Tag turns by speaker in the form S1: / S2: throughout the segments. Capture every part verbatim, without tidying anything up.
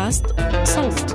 S1: بودكاست صوت.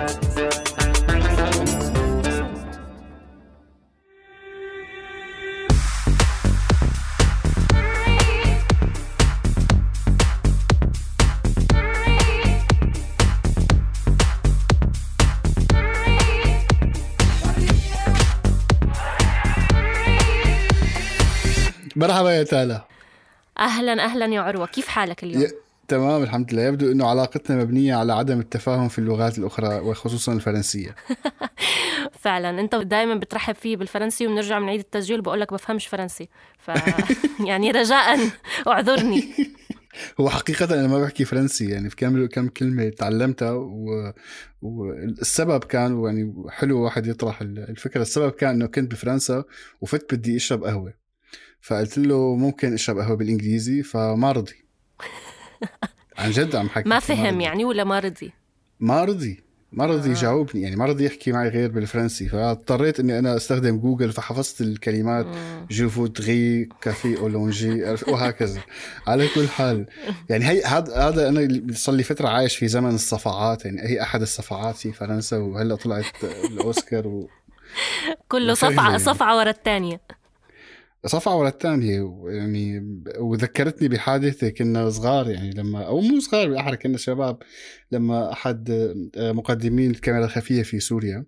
S2: مرحبا يا تالا.
S3: أهلا أهلا يا عروة، كيف حالك اليوم؟
S2: ي... تمام الحمد لله. يبدو أنه علاقتنا مبنية على عدم التفاهم في اللغات الأخرى وخصوصا الفرنسية.
S3: فعلا أنت دائما بترحب فيه بالفرنسي وبنرجع من عيد التسجيل بقولك بفهمش فرنسي، ف يعني رجاء اعذرني.
S2: هو حقيقة أنا ما بحكي فرنسي، يعني في كم كم كلمة تعلمتها و... والسبب كان يعني حلو واحد يطرح الفكرة. السبب كان أنه كنت بفرنسا وفت بدي أشرب قهوة، فقلت له ممكن اشرب قهوه بالانجليزي، فما رضي. عن جد عم حكي،
S3: ما فهم يعني ولا ما رضي؟
S2: ما رضي ما رضي يجاوبني، يعني ما رضي يحكي معي غير بالفرنسي. فاضطريت اني انا استخدم جوجل، فحفظت الكلمات جو فودغي كافي اولونجي وهكذا. على كل حال يعني هي هذا هذا انا صار لي فتره عايش في زمن الصفعات، يعني هي احد الصفعات في فرنسا، وهلا طلعت الاوسكار و...
S3: كله صفعه يعني. صفعه ورا الثانيه،
S2: صفعة ولا الثانية يعني. وذكرتني بحادثة كنا صغار، يعني لما أو مو صغار بالأحرى كنا شباب، لما أحد مقدمين الكاميرا الخفية في سوريا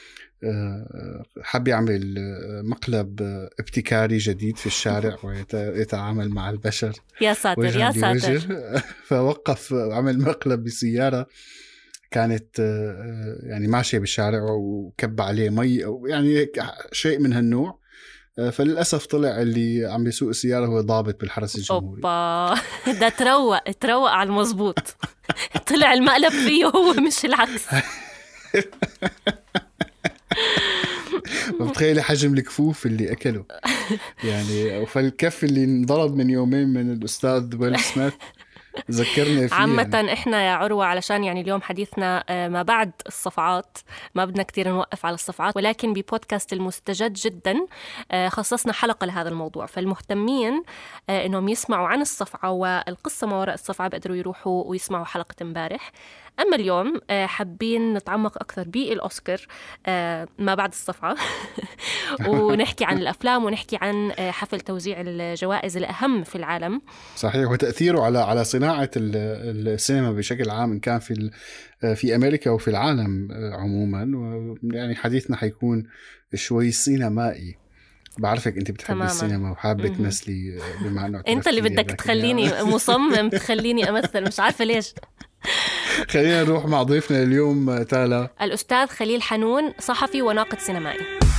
S2: حب يعمل مقلب ابتكاري جديد في الشارع ويتعامل مع البشر.
S3: يا ساتر يا ساتر.
S2: فوقف عمل مقلب بسيارة كانت يعني ماشية بالشارع وكب عليه مي أو يعني شيء من هالنوع. فللأسف طلع اللي عم يسوق السيارة هو ضابط بالحرس الجمهوري.
S3: أوبا، ده تروق تروق على المزبوط. طلع المقلب فيه هو مش العكس.
S2: بتخيلي حجم الكفوف اللي أكله يعني، فالكف اللي انضرب من يومين من الأستاذ ويل سميث ذكرني فيه.
S3: عامة
S2: يعني.
S3: إحنا يا عروة علشان يعني اليوم حديثنا ما بعد الصفعات، ما بدنا كتير نوقف على الصفعات، ولكن ببودكاست المستجد جدا خصصنا حلقة لهذا الموضوع. فالمهتمين إنهم يسمعوا عن الصفعة والقصة ما وراء الصفعة بقدروا يروحوا ويسمعوا حلقة امبارح. أما اليوم حابين نتعمق أكثر بالأوسكار ما بعد الصفعة ونحكي عن الأفلام ونحكي عن حفل توزيع الجوائز الأهم في العالم.
S2: صحيح، وتأثيره على على صناعة السينما بشكل عام، إن كان في في أمريكا وفي العالم عموما. يعني حديثنا حيكون شوي سينمائي. بعرفك أنت بتحب
S3: تماماً.
S2: السينما وحابة تمثلي، بما أنه
S3: أنت اللي بدك تخليني مصمم تخليني أمثل، مش عارفة ليش.
S2: خلينا نروح مع ضيفنا اليوم تالا،
S3: الأستاذ خليل حنون، صحفي وناقد سينمائي.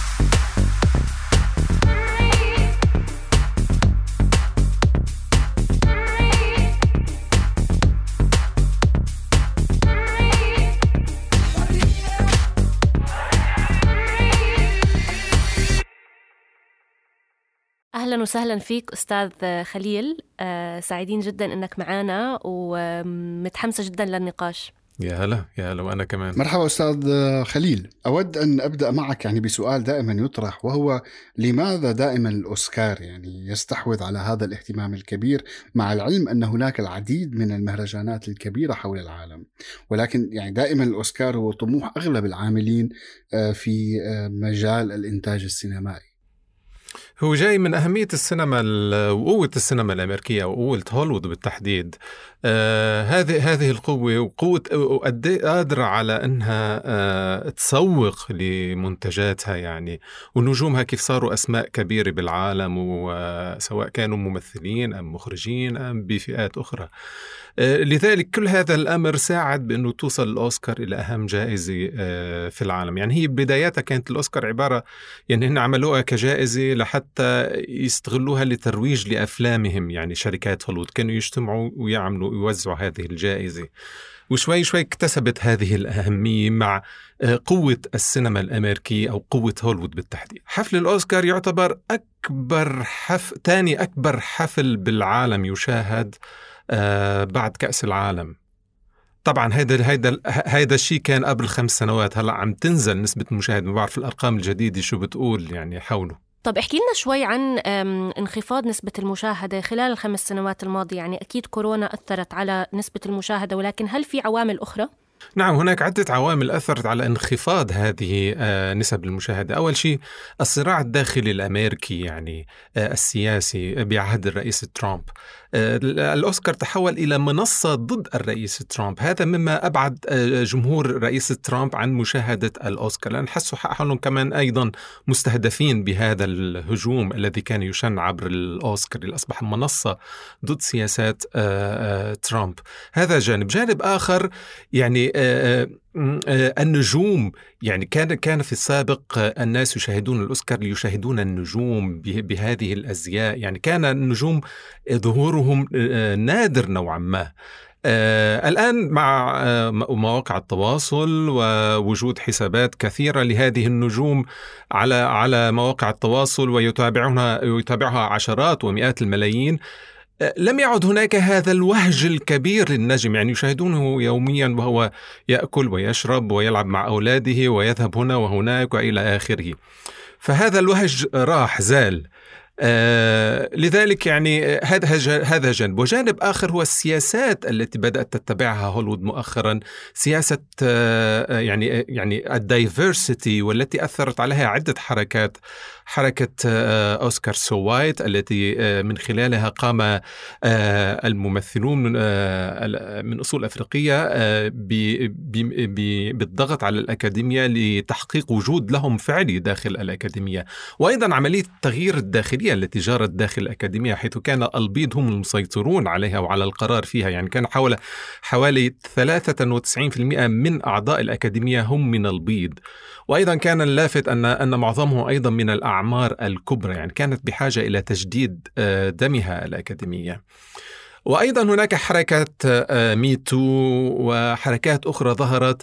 S3: أهلا وسهلا فيك أستاذ خليل، أه سعيدين جدا أنك معنا ومتحمسة جدا للنقاش.
S4: يا هلا يا هلا، وأنا كمان.
S2: مرحبا أستاذ خليل. أود أن أبدأ معك يعني بسؤال دائما يطرح، وهو لماذا دائما الأوسكار يعني يستحوذ على هذا الاهتمام الكبير، مع العلم أن هناك العديد من المهرجانات الكبيرة حول العالم، ولكن يعني دائما الأوسكار هو طموح أغلب العاملين في مجال الإنتاج السينمائي؟
S4: هو جاي من أهمية السينما وقوة السينما الأمريكية وقوة هوليوود بالتحديد. آه هذه هذه القوة وقوة قادرة على أنها آه تسوق لمنتجاتها يعني، ونجومها كيف صاروا أسماء كبيرة بالعالم، وسواء كانوا ممثلين أم مخرجين أم بفئات أخرى. آه لذلك كل هذا الأمر ساعد بأنه توصل الأوسكار إلى أهم جائزة آه في العالم. يعني هي بداياتها كانت الأوسكار عبارة يعني هن عملوها كجائزة لحتى يستغلوها لترويج لأفلامهم، يعني شركات هوليوود كانوا يجتمعوا ويعملوا يوزعوا هذه الجائزة، وشوي شوي اكتسبت هذه الأهمية مع قوة السينما الأمريكية أو قوة هوليوود بالتحديد. حفل الأوسكار يعتبر أكبر حفل، تاني أكبر حفل بالعالم يشاهد بعد كأس العالم. طبعا هيدا هيدا هيدا الشيء كان قبل خمس سنوات، هلا عم تنزل نسبة المشاهد، ما بعرف الأرقام الجديدة شو بتقول يعني حوله.
S3: طب احكي لنا شوي عن انخفاض نسبة المشاهدة خلال الخمس سنوات الماضية. يعني أكيد كورونا أثرت على نسبة المشاهدة، ولكن هل في عوامل أخرى؟
S4: نعم، هناك عدة عوامل أثرت على انخفاض هذه نسب المشاهدة. أول شيء الصراع الداخلي الأمريكي يعني السياسي بعهد الرئيس ترامب. الأوسكار تحول إلى منصة ضد الرئيس ترامب، هذا مما أبعد جمهور الرئيس ترامب عن مشاهدة الأوسكار، لأن حسوا حالهم كمان أيضا مستهدفين بهذا الهجوم الذي كان يشن عبر الأوسكار اللي أصبح منصة ضد سياسات ترامب. هذا جانب. جانب آخر يعني النجوم، يعني كان كان في السابق الناس يشاهدون الأوسكار ليشاهدون النجوم بهذه الأزياء، يعني كان النجوم ظهورهم نادر نوعا ما. آه الآن مع آه مواقع التواصل ووجود حسابات كثيرة لهذه النجوم على على مواقع التواصل ويتابعونها يتابعها عشرات ومئات الملايين، لم يعد هناك هذا الوهج الكبير للنجم، يعني يشاهدونه يوميا وهو يأكل ويشرب ويلعب مع أولاده ويذهب هنا وهناك وإلى آخره. فهذا الوهج راح زال. آه لذلك يعني هذا هذا جانب. وجانب آخر هو السياسات التي بدأت تتبعها هوليوود مؤخرا، سياسة آه يعني يعني الدايفرسيتي، والتي أثرت عليها عدة حركات. حركة آه أوسكار سو وايت التي آه من خلالها قام آه الممثلون من, آه من أصول أفريقية آه بالضغط على الأكاديمية لتحقيق وجود لهم فعلي داخل الأكاديمية. وأيضا عملية التغيير الداخلي التي جرت داخل الأكاديمية، حيث كان البيض هم المسيطرون عليها وعلى القرار فيها، يعني كان حوالي حوالي ثلاثة وتسعين بالمئة من أعضاء الأكاديمية هم من البيض. وأيضا كان اللافت أن أن معظمهم أيضا من الأعمار الكبرى، يعني كانت بحاجة إلى تجديد دمها الأكاديمية. وأيضا هناك حركة ميتو وحركات أخرى ظهرت.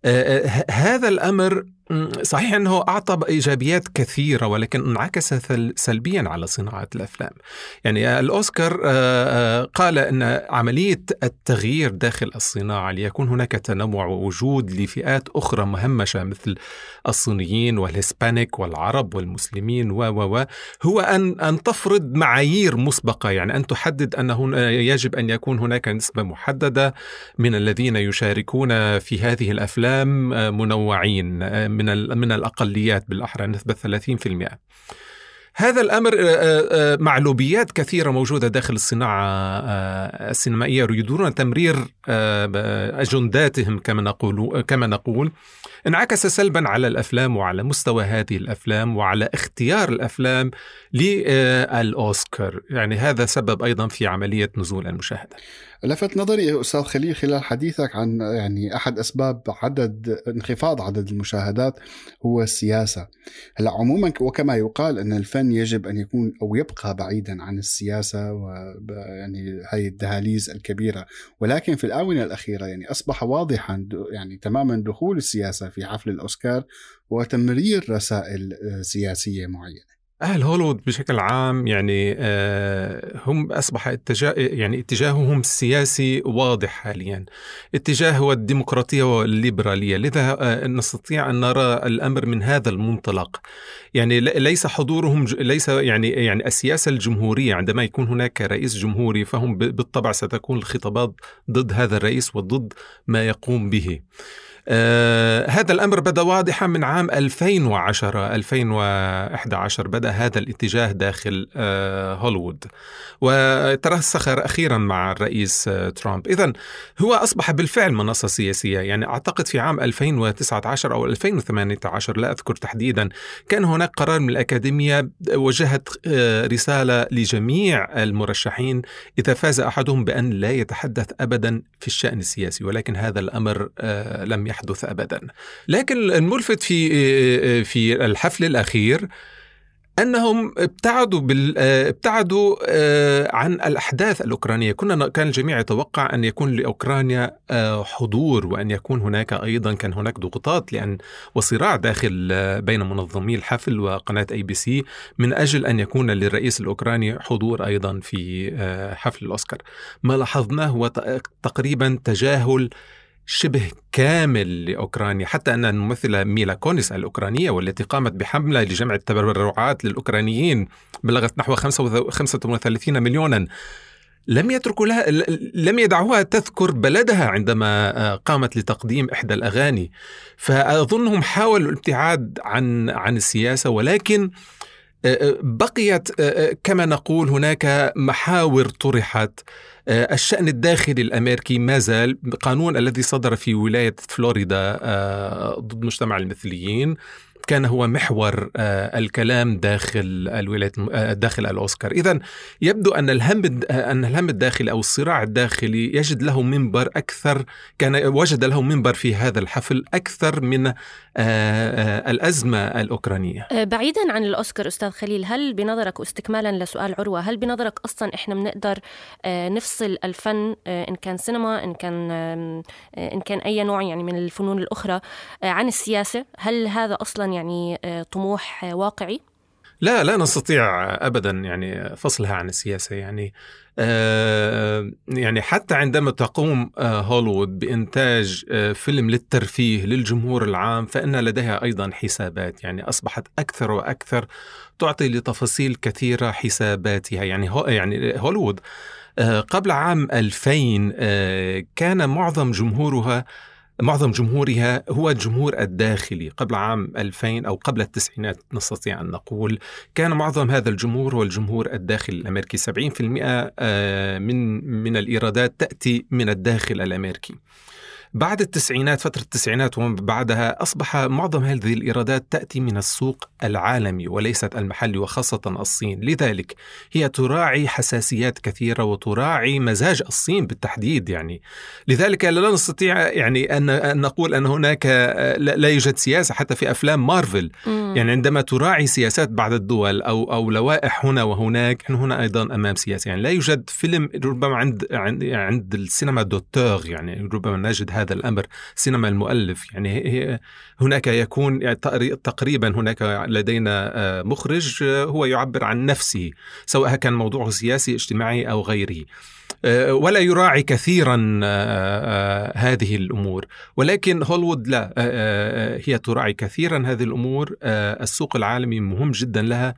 S4: هذا الأمر صحيح أنه أعطى إيجابيات كثيرة، ولكن انعكس سلبيا على صناعة الأفلام. يعني الأوسكار قال أن عملية التغيير داخل الصناعة ليكون هناك تنوع ووجود لفئات أخرى مهمشة مثل الصينيين والهسبانيك والعرب والمسلمين و و هو أن أن تفرض معايير مسبقة، يعني أن تحدد أنه يجب أن يكون هناك نسبة محددة من الذين يشاركون في هذه الأفلام منوعين من من الأقليات، بالأحرى نسبة ثلاثين بالمئة. هذا الأمر معلوبيات كثيرة موجودة داخل الصناعة السينمائية يريدون تمرير أجنداتهم كما نقول كما نقول انعكس سلبا على الأفلام وعلى مستوى هذه الأفلام وعلى اختيار الأفلام للأوسكار. يعني هذا سبب أيضا في عملية نزول المشاهدة.
S2: لفت نظري أستاذ خليل خلال حديثك عن يعني أحد أسباب عدد انخفاض عدد المشاهدات هو السياسة. هلا عموما وكما يقال أن الفن يجب أن يكون أو يبقى بعيدا عن السياسة ويعني هاي الدهاليز الكبيرة، ولكن في الآونة الأخيرة يعني أصبح واضحا يعني تماما دخول السياسة في حفل الأوسكار وتمرير رسائل سياسية معينة.
S4: أهل هوليوود بشكل عام يعني آه هم أصبح اتجاه يعني اتجاههم السياسي واضح حاليا. اتجاه هو الديمقراطية والليبرالية، لذا آه نستطيع أن نرى الأمر من هذا المنطلق. يعني ليس حضورهم ليس يعني يعني السياسة الجمهورية، عندما يكون هناك رئيس جمهوري فهم بالطبع ستكون الخطابات ضد هذا الرئيس وضد ما يقوم به. آه هذا الأمر بدأ واضحا من عام ألفين وعشرة ألفين وإحدى عشر بدأ هذا الاتجاه داخل آه هوليوود، وترسخ أخيرا مع الرئيس آه ترامب. إذن هو أصبح بالفعل منصة سياسية. يعني أعتقد في عام ألفين وتسعة عشر أو ألفين وثمانية عشر لا أذكر تحديدا، كان هناك قرار من الأكاديمية وجهت آه رسالة لجميع المرشحين إذا فاز أحدهم بأن لا يتحدث أبدا في الشأن السياسي، ولكن هذا الأمر آه لم يحدث يحدث أبدا. لكن الملفت في في الحفل الأخير أنهم ابتعدوا بال ابتعدوا عن الأحداث الأوكرانية. كنا كان الجميع يتوقع أن يكون لأوكرانيا حضور، وأن يكون هناك أيضا كان هناك ضغوطات لأن وصراع داخل بين منظمي الحفل وقناة أي بي سي من أجل أن يكون للرئيس الأوكراني حضور أيضا في حفل الأوسكار. ما لاحظناه هو تقريبا تجاهل شبه كامل لأوكرانيا، حتى أن الممثلة ميلا كونيس الأوكرانية والتي قامت بحملة لجمع التبرعات للأوكرانيين بلغت نحو خمسة وثلاثين مليونا لم يتركوا لها، لم يدعوها تذكر بلدها عندما قامت لتقديم إحدى الأغاني. فأظنهم حاولوا الابتعاد عن عن السياسة، ولكن بقيت كما نقول هناك محاور طرحت. الشأن الداخلي الأمريكي ما زال، القانون الذي صدر في ولاية فلوريدا ضد مجتمع المثليين كان هو محور الكلام داخل الولايات داخل الأوسكار. إذن يبدو أن الهم أن الهم الداخلي أو الصراع الداخلي يجد له منبر أكثر، كان وجد له منبر في هذا الحفل أكثر من الأزمة الأوكرانية.
S3: بعيدا عن الأوسكار أستاذ خليل، هل بنظرك، واستكمالا لسؤال عروة، هل بنظرك أصلا إحنا بنقدر نفصل الفن إن كان سينما إن كان إن كان أي نوع يعني من الفنون الأخرى عن السياسة؟ هل هذا أصلا يعني طموح واقعي؟
S4: لا لا نستطيع أبدا يعني فصلها عن السياسة. يعني آه يعني حتى عندما تقوم آه هوليوود بإنتاج آه فيلم للترفيه للجمهور العام، فإن لديها أيضا حسابات، يعني أصبحت أكثر وأكثر تعطي لتفاصيل كثيرة حساباتها. يعني هو يعني هوليوود آه قبل عام ألفين آه كان معظم جمهورها معظم جمهورها هو الجمهور الداخلي. قبل عام ألفين أو قبل التسعينات نستطيع أن نقول كان معظم هذا الجمهور هو الجمهور الداخلي الأمريكي. سبعين بالمئة من من الإيرادات تأتي من الداخل الأمريكي. بعد التسعينات، فترة التسعينات ومن بعدها، أصبح معظم هذه الإيرادات تأتي من السوق العالمي وليست المحلي، وخاصة الصين. لذلك هي تراعي حساسيات كثيرة وتراعي مزاج الصين بالتحديد. يعني لذلك لا نستطيع يعني أن نقول أن هناك لا يوجد سياسة حتى في أفلام مارفل. يعني عندما تراعي سياسات بعض الدول أو أو لوائح هنا وهناك، نحن هنا أيضا أمام سياسة. يعني لا يوجد فيلم ربما عند عند عند السينما دوتور، يعني ربما نجد هذا الأمر سينما المؤلف. يعني هناك يكون تقريبا هناك لدينا مخرج هو يعبر عن نفسه، سواء كان موضوعه سياسي اجتماعي أو غيره، ولا يراعي كثيرا هذه الأمور. ولكن هوليوود لا، هي تراعي كثيرا هذه الأمور. السوق العالمي مهم جدا لها،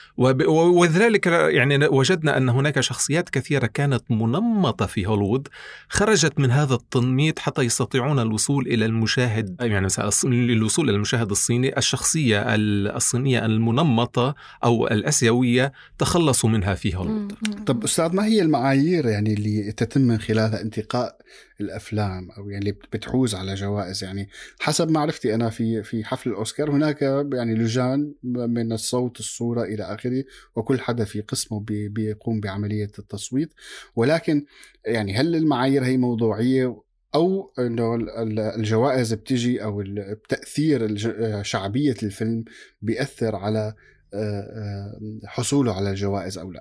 S4: وذلك يعني وجدنا أن هناك شخصيات كثيرة كانت منمطة في هوليوود خرجت من هذا التنميط حتى يستطيعون الوصول إلى المشاهد، يعني الوصول إلى المشاهد الصيني. الشخصية الصينية المنمطة أو الأسيوية تخلصوا منها في هوليوود.
S2: طب أستاذ، ما هي المعايير يعني اللي تتم من خلالها انتقاء الأفلام أو يعني بتحوز على جوائز؟ يعني حسب معرفتي أنا في في حفل الأوسكار هناك يعني لجان من الصوت الصورة إلى آخره، وكل حدا في قسمه بي بيقوم بعملية التصويت. ولكن يعني هل المعايير هي موضوعية، أو إنه الجوائز بتجي أو التأثير شعبية الفيلم بيأثر على حصوله على الجوائز أو لا؟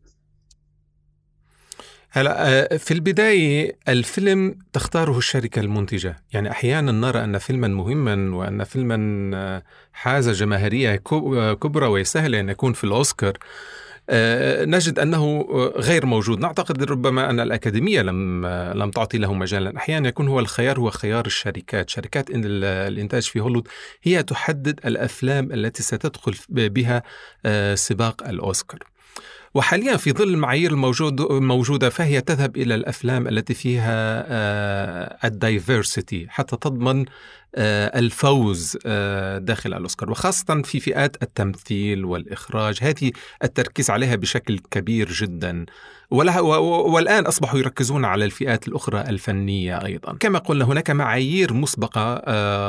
S4: هلا في البداية الفيلم تختاره الشركة المنتجة. يعني أحيانا نرى أن فيلما مهما وأن فيلما حاز جماهيرية كبرى ويسهل أن يكون في الأوسكار نجد أنه غير موجود. نعتقد ربما أن الأكاديمية لم لم تعطي له مجالا. أحيانا يكون هو الخيار هو خيار الشركات. شركات الإنتاج في هوليوود هي تحدد الأفلام التي ستدخل بها سباق الأوسكار. وحاليا في ظل المعايير الموجودة فهي تذهب إلى الأفلام التي فيها الدايفيرسيتي حتى تضمن الفوز داخل الأوسكار، وخاصة في فئات التمثيل والإخراج. هذه التركيز عليها بشكل كبير جدا، والآن أصبحوا يركزون على الفئات الأخرى الفنية أيضا. كما قلنا هناك معايير مسبقة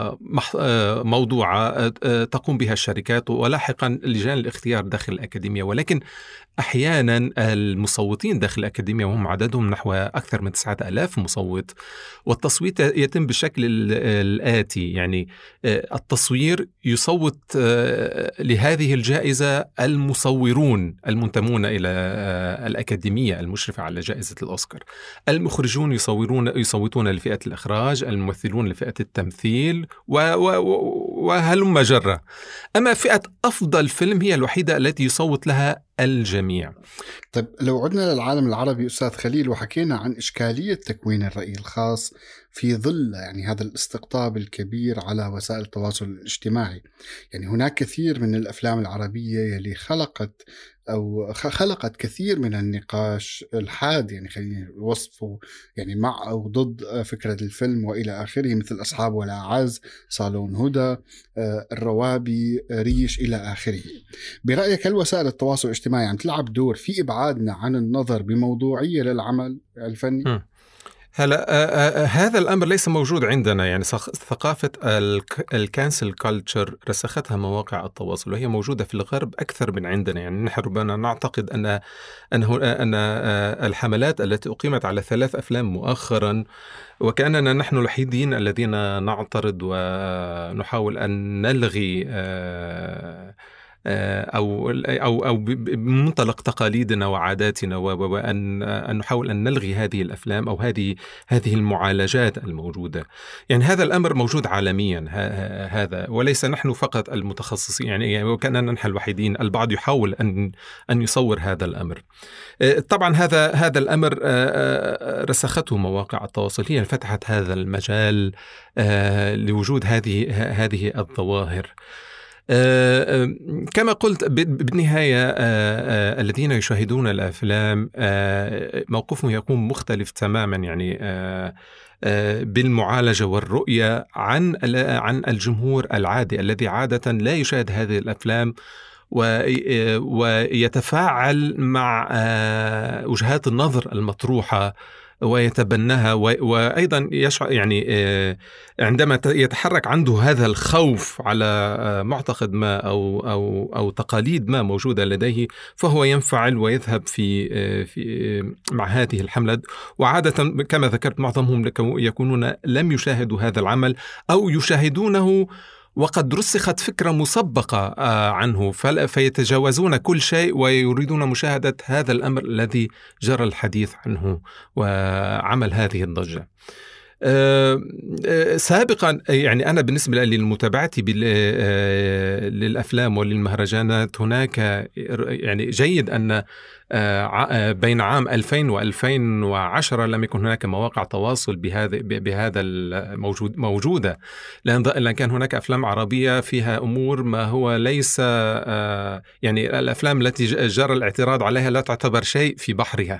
S4: موضوعة تقوم بها الشركات ولاحقا لجان الاختيار داخل الأكاديمية. ولكن أحيانا المصوتين داخل الأكاديمية وهم عددهم نحو أكثر من تسعة آلاف مصوت، والتصويت يتم بالشكل الآتي. يعني التصوير يصوت لهذه الجائزة المصورون المنتمون إلى الأكاديمية المشرفة على جائزة الأوسكار، المخرجون يصورون يصوتون لفئة الإخراج، الممثلون لفئة التمثيل، وهلم جرة. أما فئة أفضل فيلم هي الوحيدة التي يصوت لها الجميع.
S2: طيب لو عدنا للعالم العربي أستاذ خليل، وحكينا عن إشكالية تكوين الرأي الخاص في ظل يعني هذا الاستقطاب الكبير على وسائل التواصل الاجتماعي، يعني هناك كثير من الأفلام العربية يلي خلقت أو خلقت كثير من النقاش الحاد، يعني خلينا وصفه يعني مع أو ضد فكرة الفيلم وإلى آخره، مثل أصحاب ولا عز، صالون هدى، الروابي، ريش إلى آخره. برأيك هل وسائل التواصل الاجتماعي عم تلعب دور في إبعادنا عن النظر بموضوعية للعمل الفني؟
S4: م. هلا هذا الأمر ليس موجود عندنا، يعني ثقافة الكانسل كالتشر رسختها مواقع التواصل، وهي موجودة في الغرب أكثر من عندنا. يعني نحن ربما نعتقد أن أن أن الحملات التي أقيمت على ثلاث أفلام مؤخرا، وكأننا نحن الوحيدين الذين نعترض ونحاول أن نلغي أو أو أو بمنطلق تقاليدنا وعاداتنا، وأن أن نحاول أن نلغي هذه الأفلام أو هذه هذه المعالجات الموجودة. يعني هذا الأمر موجود عالميا هذا، وليس نحن فقط المتخصصين، يعني وكأننا نحن الوحيدين. البعض يحاول أن أن يصور هذا الأمر. طبعا هذا هذا الأمر رسخته مواقع التواصل، هي فتحت هذا المجال لوجود هذه هذه الظواهر. أه كما قلت بالنهاية أه الذين يشاهدون الأفلام أه موقفهم يكون مختلف تماما، يعني أه أه بالمعالجة والرؤية عن عن الجمهور العادي الذي عادة لا يشاهد هذه الأفلام ويتفاعل مع أه وجهات النظر المطروحة ويتبناها، وأيضا يشعر يعني عندما يتحرك عنده هذا الخوف على معتقد ما أو أو أو تقاليد ما موجودة لديه، فهو ينفعل ويذهب في في مع هذه الحملة. وعادة كما ذكرت معظمهم يكونون لم يشاهدوا هذا العمل أو يشاهدونه وقد رسخت فكرة مسبقة عنه، فيتجاوزون كل شيء ويريدون مشاهدة هذا الأمر الذي جرى الحديث عنه وعمل هذه الضجة. أه أه سابقا يعني أنا بالنسبة لمتابعتي للأفلام وللمهرجانات، هناك يعني جيد أن أه بين عام ألفين وألفين وعشرة لم يكن هناك مواقع تواصل بهذا بهذا الموجود موجودة، لأن كان هناك أفلام عربية فيها أمور ما هو ليس يعني الأفلام التي جرى الاعتراض عليها لا تعتبر شيء في بحرها.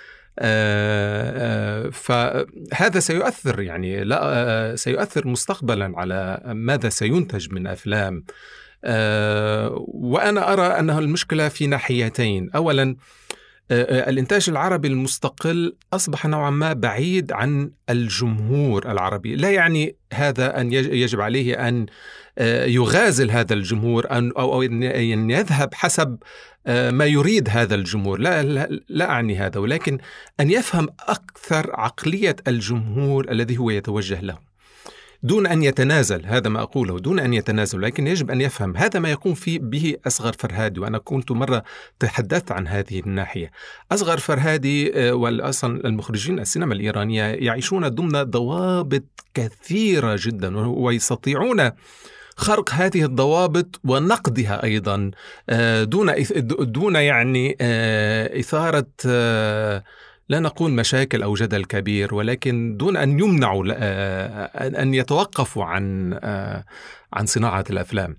S4: آه آه فهذا سيؤثر يعني لا آه سيؤثر مستقبلا على ماذا سينتج من أفلام. آه وأنا أرى أنه المشكلة في ناحيتين. أولا آه الإنتاج العربي المستقل أصبح نوعا ما بعيد عن الجمهور العربي. لا يعني هذا أن يجب عليه أن يغازل هذا الجمهور أو أن يذهب حسب ما يريد هذا الجمهور، لا, لا, لا أعني هذا، ولكن أن يفهم أكثر عقلية الجمهور الذي هو يتوجه له دون أن يتنازل. هذا ما أقوله، دون أن يتنازل، لكن يجب أن يفهم. هذا ما يقوم فيه به أصغر فرهادي، وأنا كنت مرة تحدثت عن هذه الناحية. أصغر فرهادي والأصلا المخرجين السينما الإيرانية يعيشون ضمن ضوابط كثيرة جدا، ويستطيعون خرق هذه الضوابط ونقدها أيضا دون دون يعني إثارة لا نقول مشاكل أو جدل كبير، ولكن دون أن يمنعوا أن يتوقفوا عن عن صناعة الأفلام.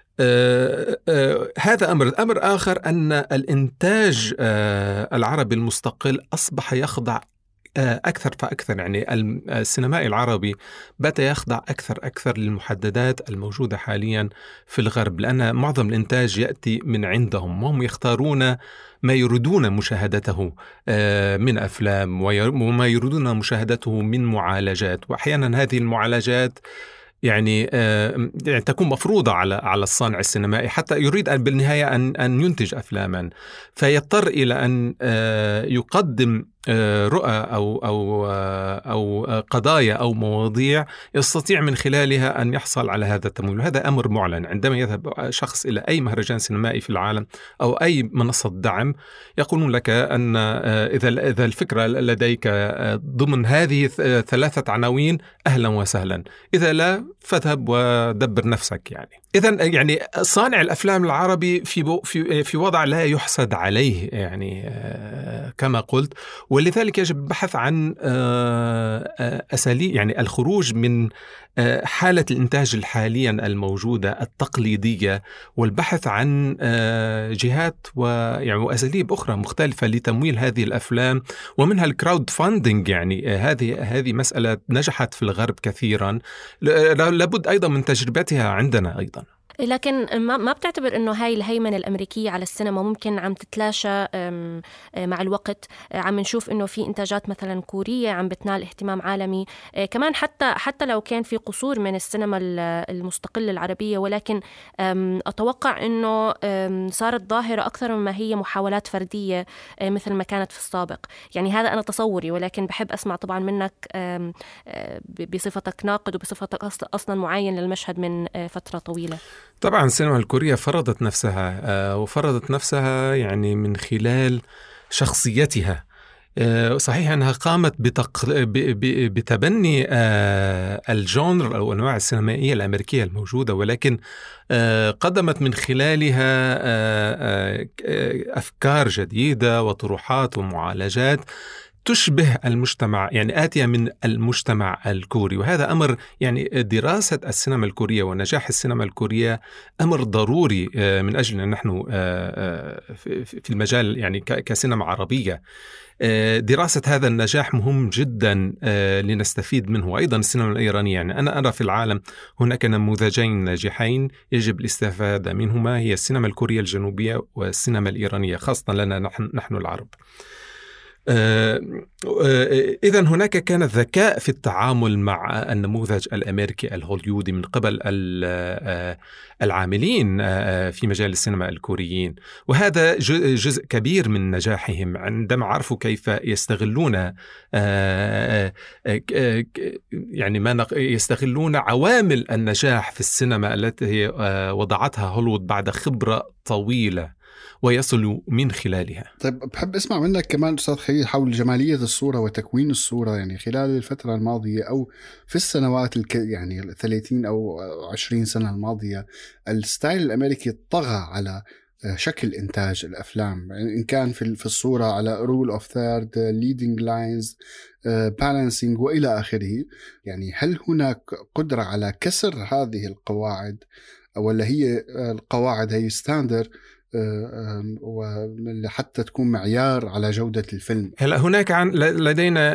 S4: هذا أمر. أمر آخر أن الإنتاج العربي المستقل أصبح يخضع أكثر فأكثر، يعني السينمائي العربي بات يخضع أكثر أكثر للمحددات الموجودة حاليا في الغرب، لأن معظم الإنتاج يأتي من عندهم، وهم يختارون ما يريدون مشاهدته من أفلام وما يريدون مشاهدته من معالجات، وأحيانا هذه المعالجات يعني يعني تكون مفروضة على على الصانع السينمائي حتى يريد أن بالنهاية أن أن ينتج أفلاما، فيضطر إلى أن يقدم رؤى أو أو أو قضايا أو مواضيع يستطيع من خلالها أن يحصل على هذا التمويل. هذا أمر معلن. عندما يذهب شخص إلى أي مهرجان سينمائي في العالم أو أي منصة دعم، يقولون لك أن إذا إذا الفكرة لديك ضمن هذه ثلاثة عناوين أهلا وسهلا، إذا لا فاذهب ودبر نفسك يعني. إذن يعني صانع الأفلام العربي في في في وضع لا يحسد عليه يعني كما قلت، ولذلك يجب البحث عن أساليب يعني الخروج من حالة الإنتاج الحاليا الموجودة التقليدية، والبحث عن جهات ويعني وأساليب أخرى مختلفة لتمويل هذه الأفلام، ومنها الكراود فاندنج. يعني هذه هذه مسألة نجحت في الغرب كثيرا، لابد أيضا من تجربتها عندنا أيضا.
S3: لكن ما ما بتعتبر إنه هاي الهيمنة الأمريكية على السينما ممكن عم تتلاشى مع الوقت؟ عم نشوف إنه في إنتاجات مثلا كورية عم بتنال اهتمام عالمي كمان، حتى حتى لو كان في قصور من السينما المستقلة العربية، ولكن أتوقع إنه صارت ظاهرة أكثر مما هي محاولات فردية مثل ما كانت في السابق. يعني هذا أنا تصوري، ولكن بحب أسمع طبعا منك بصفتك ناقد وبصفتك أصلا معين للمشهد من فترة طويلة.
S4: طبعا السينما الكورية فرضت نفسها وفرضت نفسها يعني من خلال شخصيتها. صحيح أنها قامت بتق... ب... ب... بتبني الجونر أو أنواع السينمائية الأمريكية الموجودة، ولكن قدمت من خلالها أفكار جديدة وطروحات ومعالجات تشبه المجتمع، يعني آتية من المجتمع الكوري. وهذا أمر يعني دراسة السينما الكورية ونجاح السينما الكورية أمر ضروري من أجل أن نحن في المجال يعني كسينما عربية دراسة هذا النجاح مهم جدا لنستفيد منه. أيضا السينما الإيرانية، يعني أنا أرى في العالم هناك نموذجين ناجحين يجب الاستفادة منهما، هي السينما الكورية الجنوبية والسينما الإيرانية، خاصة لنا نحن, نحن العرب. إذن هناك كان ذكاء في التعامل مع النموذج الأمريكي الهوليودي من قبل العاملين في مجال السينما الكوريين، وهذا جزء كبير من نجاحهم عندما عرفوا كيف يستغلون يعني ما يستغلون عوامل النجاح في السينما التي وضعتها هوليوود بعد خبرة طويلة ويصلوا من خلالها.
S2: طيب بحب أسمع منك كمان أستاذ خليل حول جمالية الصورة وتكوين الصورة، يعني خلال الفترة الماضية أو في السنوات الك... يعني الثلاثين أو عشرين سنة الماضية، الستايل الأمريكي طغى على شكل إنتاج الأفلام، يعني إن كان في في الصورة على rule of third, leading lines, balancing وإلى آخره. يعني هل هناك قدرة على كسر هذه القواعد، ولا هي القواعد هي ستاندر وحتى تكون معيار على جودة الفيلم؟
S4: هلا هناك عن لدينا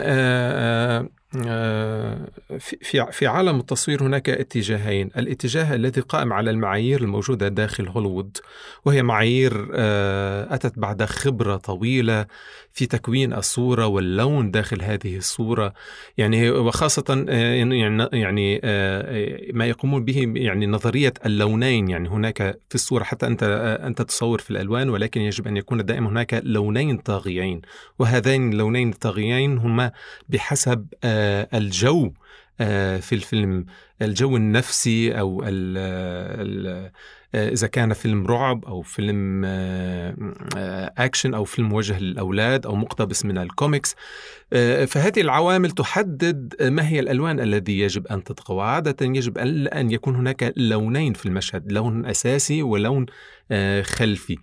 S4: في في عالم التصوير هناك اتجاهين. الاتجاه الذي قائم على المعايير الموجودة داخل هوليوود، وهي معايير أتت بعد خبرة طويلة في تكوين الصورة واللون داخل هذه الصورة، يعني وخاصة يعني ما يقومون به يعني نظرية اللونين. يعني هناك في الصورة حتى أنت أنت تصور في الألوان، ولكن يجب أن يكون دائما هناك لونين طاغيين، وهذين اللونين الطاغيين هما بحسب الجو في الفيلم، الجو النفسي أو ال ال إذا كان فيلم رعب أو فيلم أكشن أو فيلم موجه للأولاد أو مقتبس من الكوميكس. فهذه العوامل تحدد ما هي الألوان الذي يجب أن تطغى. وعادة يجب أن يكون هناك لونين في المشهد، لون أساسي ولون خلفي،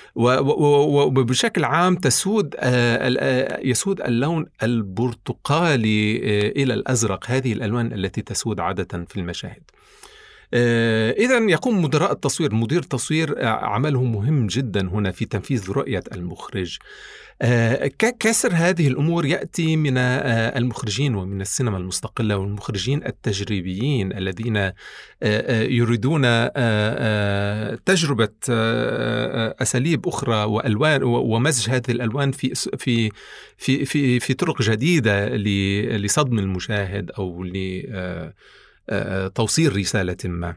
S4: وبشكل عام تسود يسود اللون البرتقالي إلى الأزرق، هذه الألوان التي تسود عادة في المشاهد. إذن يقوم مدراء التصوير، مدير التصوير عمله مهم جدا هنا في تنفيذ رؤية المخرج. كسر هذه الأمور يأتي من المخرجين ومن السينما المستقلة والمخرجين التجريبيين الذين يريدون تجربة أساليب أخرى وألوان ومزج هذه الألوان في في في في, في طرق جديدة لصدم المشاهد أو لتوصيل رسالة ما.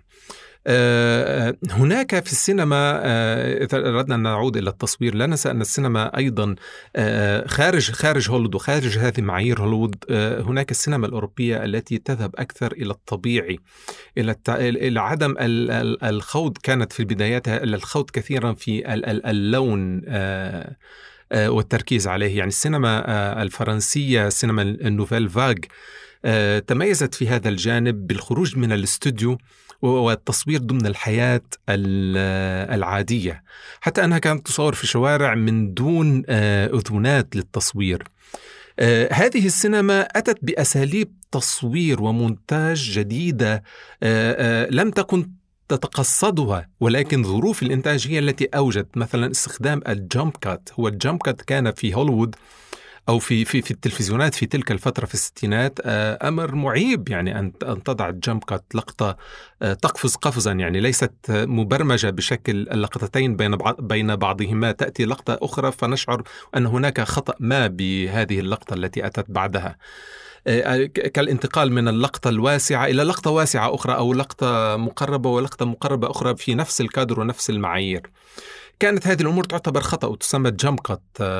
S4: هناك في السينما، إذا أردنا أن نعود إلى التصوير، لا ننسى أن السينما أيضا خارج خارج هوليوود وخارج هذه معايير هوليوود، هناك السينما الأوروبية التي تذهب أكثر إلى الطبيعي، إلى التع... إلى عدم الخوض، كانت في بداياتها الخوض كثيرا في اللون والتركيز عليه. يعني السينما الفرنسية، السينما النوفيل فاغ، تميزت في هذا الجانب بالخروج من الاستوديو والتصوير ضمن الحياة العادية، حتى أنها كانت تصور في شوارع من دون أذونات للتصوير. هذه السينما أتت بأساليب تصوير ومونتاج جديدة لم تكن تتقصدها، ولكن ظروف الإنتاج هي التي أوجدت مثلا استخدام الجامب كات. هو الجامب كات كان في هوليوود أو في في في التلفزيونات في تلك الفترة في الستينات أمر معيب، يعني أن أن تضع الجامب كات لقطة تقفز قفزا، يعني ليست مبرمجة بشكل اللقطتين بين بين بعضهما تأتي لقطة أخرى فنشعر أن هناك خطأ ما بهذه اللقطة التي أتت بعدها، كالانتقال من اللقطة الواسعة إلى لقطة واسعة أخرى أو لقطة مقربة ولقطة مقربة أخرى في نفس الكادر ونفس المعايير. كانت هذه الأمور تعتبر خطأ وتسمى جامب كات.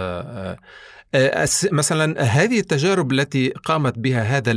S4: مثلا هذه التجارب التي قامت بها هذا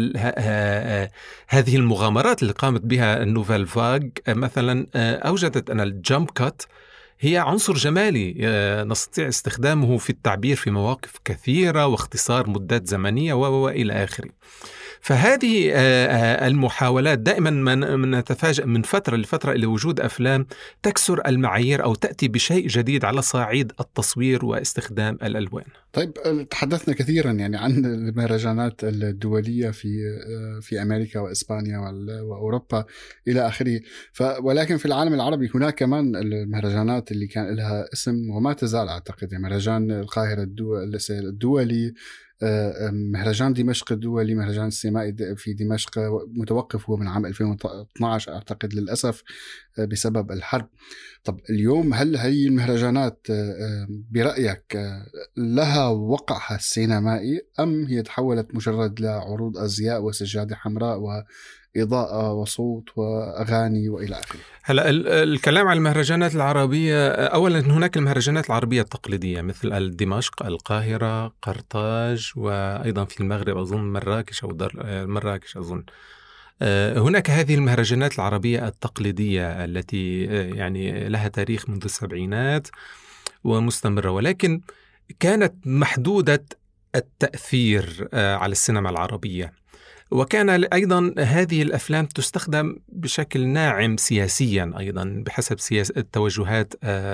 S4: هذه المغامرات اللي قامت بها النوفيل فاغ مثلا أوجدت أن الجامب كات هي عنصر جمالي نستطيع استخدامه في التعبير في مواقف كثيرة واختصار مدات زمنية وإلى آخره. فهذه المحاولات دائما نتفاجأ من فترة لفترة إلى وجود أفلام تكسر المعايير أو تأتي بشيء جديد على صعيد التصوير واستخدام الألوان.
S2: طيب تحدثنا كثيرا يعني عن المهرجانات الدولية في في أمريكا وإسبانيا وأوروبا إلى آخره، ولكن في العالم العربي هناك كمان المهرجانات اللي كان لها اسم وما تزال أعتقد، يعني مهرجان القاهرة الدولي، مهرجان دمشق الدولي، مهرجان السينمائي في دمشق متوقف هو من عام ألفين واثني عشر أعتقد للأسف بسبب الحرب. طب اليوم هل هي المهرجانات برأيك لها وقعها السينمائي أم هي تحولت مجرد لعروض أزياء وسجادة حمراء وإضاءة وصوت وأغاني وإلى آخره؟
S4: هلا الكلام عن المهرجانات العربية، أولا هناك المهرجانات العربية التقليدية مثل دمشق، القاهرة، قرطاج، وأيضا في المغرب أظن مراكش أو مراكش أظن. هناك هذه المهرجانات العربية التقليدية التي يعني لها تاريخ منذ السبعينات ومستمرة، ولكن كانت محدودة التأثير على السينما العربية، وكان أيضا هذه الأفلام تستخدم بشكل ناعم سياسيا أيضا بحسب سياسة التوجهات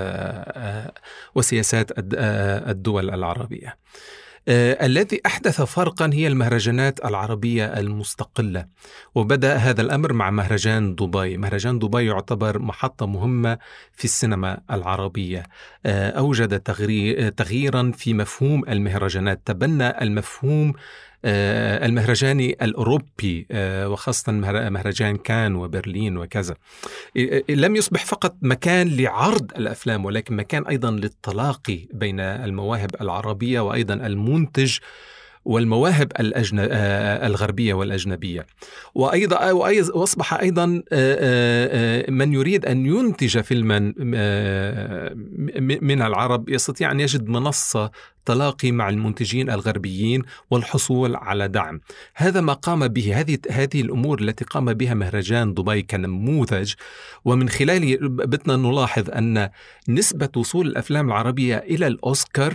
S4: وسياسات الدول العربية. الذي أحدث فرقا هي المهرجانات العربية المستقلة، وبدأ هذا الأمر مع مهرجان دبي. مهرجان دبي يعتبر محطة مهمة في السينما العربية، أوجد تغييرا في مفهوم المهرجانات، تبنى المفهوم المهرجاني الأوروبي وخاصة مهرجان كان وبرلين وكذا. لم يصبح فقط مكان لعرض الأفلام، ولكن مكان أيضا للتلاقي بين المواهب العربية وأيضا المنتج والمواهب الأجن... الغربية والأجنبية. وأيضا وأصبح أيضا من يريد أن ينتج فيلما من العرب يستطيع أن يجد منصة تلاقي مع المنتجين الغربيين والحصول على دعم. هذا ما قام به، هذه هذه الأمور التي قام بها مهرجان دبي كنموذج، ومن خلاله بدنا نلاحظ أن نسبة وصول الأفلام العربية إلى الأوسكار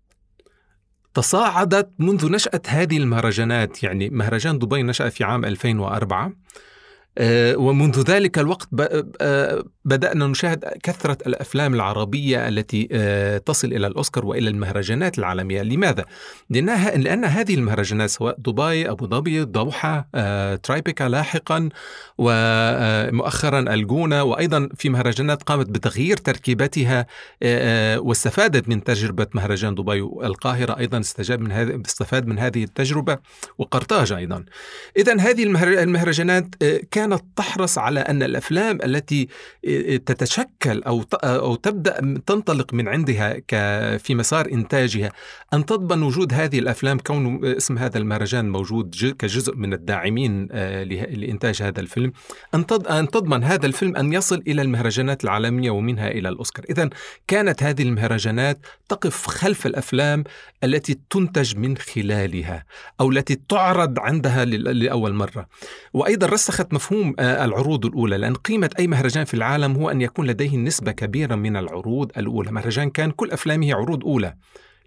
S4: تصاعدت منذ نشأة هذه المهرجانات. يعني مهرجان دبي نشأ في عام ألفين وأربعة، ومنذ ذلك الوقت بدأنا نشاهد كثرة الأفلام العربية التي تصل إلى الأوسكار وإلى المهرجانات العالمية. لماذا؟ لأنها لأن هذه المهرجانات سواء دبي، أبو ظبي، دوحة، ترايبيكا لاحقا، ومؤخرا الجونة، وأيضا في مهرجانات قامت بتغيير تركيبتها واستفادت من تجربة مهرجان دبي. والقاهرة أيضا استجاب من هذا استفاد من هذه التجربة، وقرطاج أيضا. إذن هذه المهرجانات كانت تحرص على أن الأفلام التي تتشكل أو أو تبدأ تنطلق من عندها في مسار إنتاجها أن تضمن وجود هذه الأفلام، كون اسم هذا المهرجان موجود كجزء من الداعمين لإنتاج هذا الفيلم، أن تضمن هذا الفيلم أن يصل إلى المهرجانات العالمية ومنها إلى الأوسكار. إذن كانت هذه المهرجانات تقف خلف الأفلام التي تنتج من خلالها أو التي تعرض عندها لأول مرة. وأيضا رسخت مفهوم العروض الأولى، لأن قيمة أي مهرجان في العالم هو أن يكون لديه نسبة كبيرة من العروض الأولى. مهرجان كان كل أفلامه عروض أولى،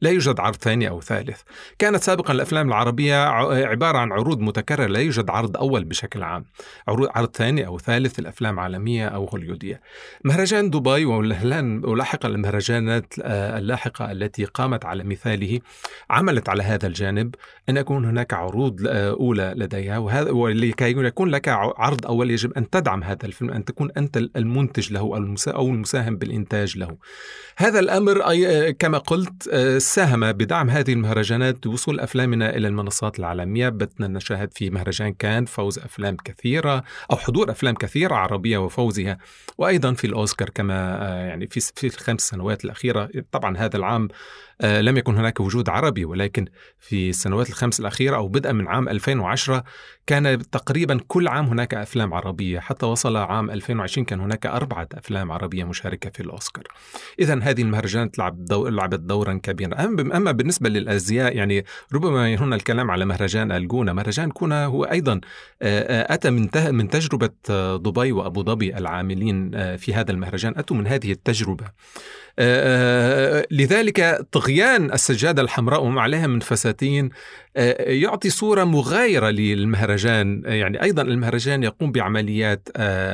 S4: لا يوجد عرض ثاني أو ثالث. كانت سابقا الأفلام العربية عبارة عن عروض متكررة، لا يوجد عرض أول بشكل عام، عروض عرض ثاني أو ثالث الأفلام عالمية أو هوليودية. مهرجان دبي ولاحقا المهرجانات اللاحقة التي قامت على مثاله عملت على هذا الجانب، أن يكون هناك عروض أولى لديها، وهذا ولكي يكون لك عرض أول يجب أن تدعم هذا الفيلم، أن تكون أنت المنتج له أو المساهم بالإنتاج له. هذا الأمر كما قلت ساهم بدعم هذه المهرجانات وصول أفلامنا إلى المنصات العالمية. بتنا نشاهد في مهرجان كان فوز أفلام كثيرة أو حضور أفلام كثيرة عربية وفوزها، وأيضا في الأوسكار كما يعني في في الخمس سنوات الأخيرة. طبعا هذا العام لم يكن هناك وجود عربي، ولكن في السنوات الخمس الأخيرة أو بدءا من عام ألفين وعشرة كان تقريبا كل عام هناك أفلام عربية، حتى وصل عام ألفين وعشرين كان هناك أربعة أفلام عربية مشاركة في الأوسكار. إذن هذه المهرجانات لعبت دورا كبيرا. أما بالنسبة للأزياء، يعني ربما هنا الكلام على مهرجان الجونة. مهرجان كونا هو أيضا أتى من تجربة دبي وأبو ظبي، العاملين في هذا المهرجان أتوا من هذه التجربة. لذلك طغيان السجادة الحمراء وما عليها من فساتين يعطي صورة مغايرة للمهرجان. يعني أيضا المهرجان يقوم بعمليات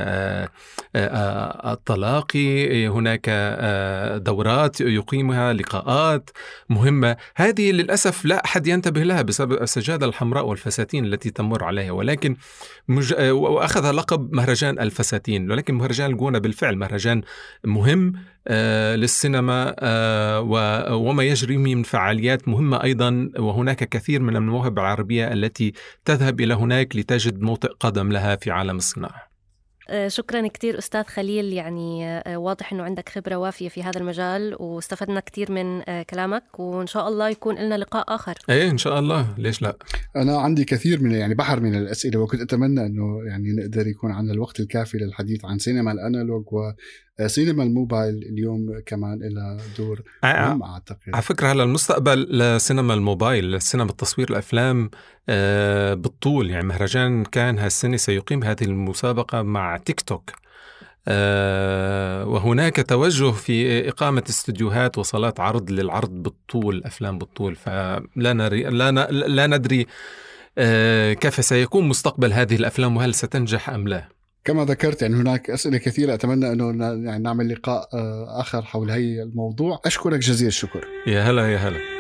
S4: التلاقي، هناك دورات يقيمها، لقاءات مهمة. هذه للأسف لا أحد ينتبه لها بسبب السجادة الحمراء والفساتين التي تمر عليها، ولكن مج... وأخذ لقب مهرجان الفساتين. ولكن مهرجان الجونة بالفعل مهرجان مهم للسينما وما يجري من فعاليات مهمة أيضا، وهناك كثير من المواهب العربية التي تذهب إلى هناك لتجد موطئ قدم لها في عالم الصناعة.
S3: شكرا كتير أستاذ خليل، يعني واضح أنه عندك خبرة وافية في هذا المجال واستفدنا كتير من كلامك، وإن شاء الله يكون لنا لقاء آخر.
S4: أيه إن شاء الله، ليش لا.
S2: أنا عندي كثير من يعني بحر من الأسئلة، وكنت أتمنى أنه يعني نقدر يكون عندنا الوقت الكافي للحديث عن سينما الأنالوج وسينما الموبايل. اليوم كمان إلى دور مهم أعتقد.
S4: على فكرة على المستقبل لسينما الموبايل، سينما التصوير الأفلام بالطول. يعني مهرجان كان هالسنة سيقيم هذه المسابقة مع تيك توك، وهناك توجه في إقامة استوديوهات وصالات عرض للعرض بالطول، أفلام بالطول. فلا نري لا, ن... لا ندري كيف سيكون مستقبل هذه الأفلام وهل ستنجح أم لا.
S2: كما ذكرت يعني هناك أسئلة كثيرة، أتمنى أنه يعني نعمل لقاء آخر حول هذا الموضوع. أشكرك جزيل الشكر.
S4: يا هلا يا هلا.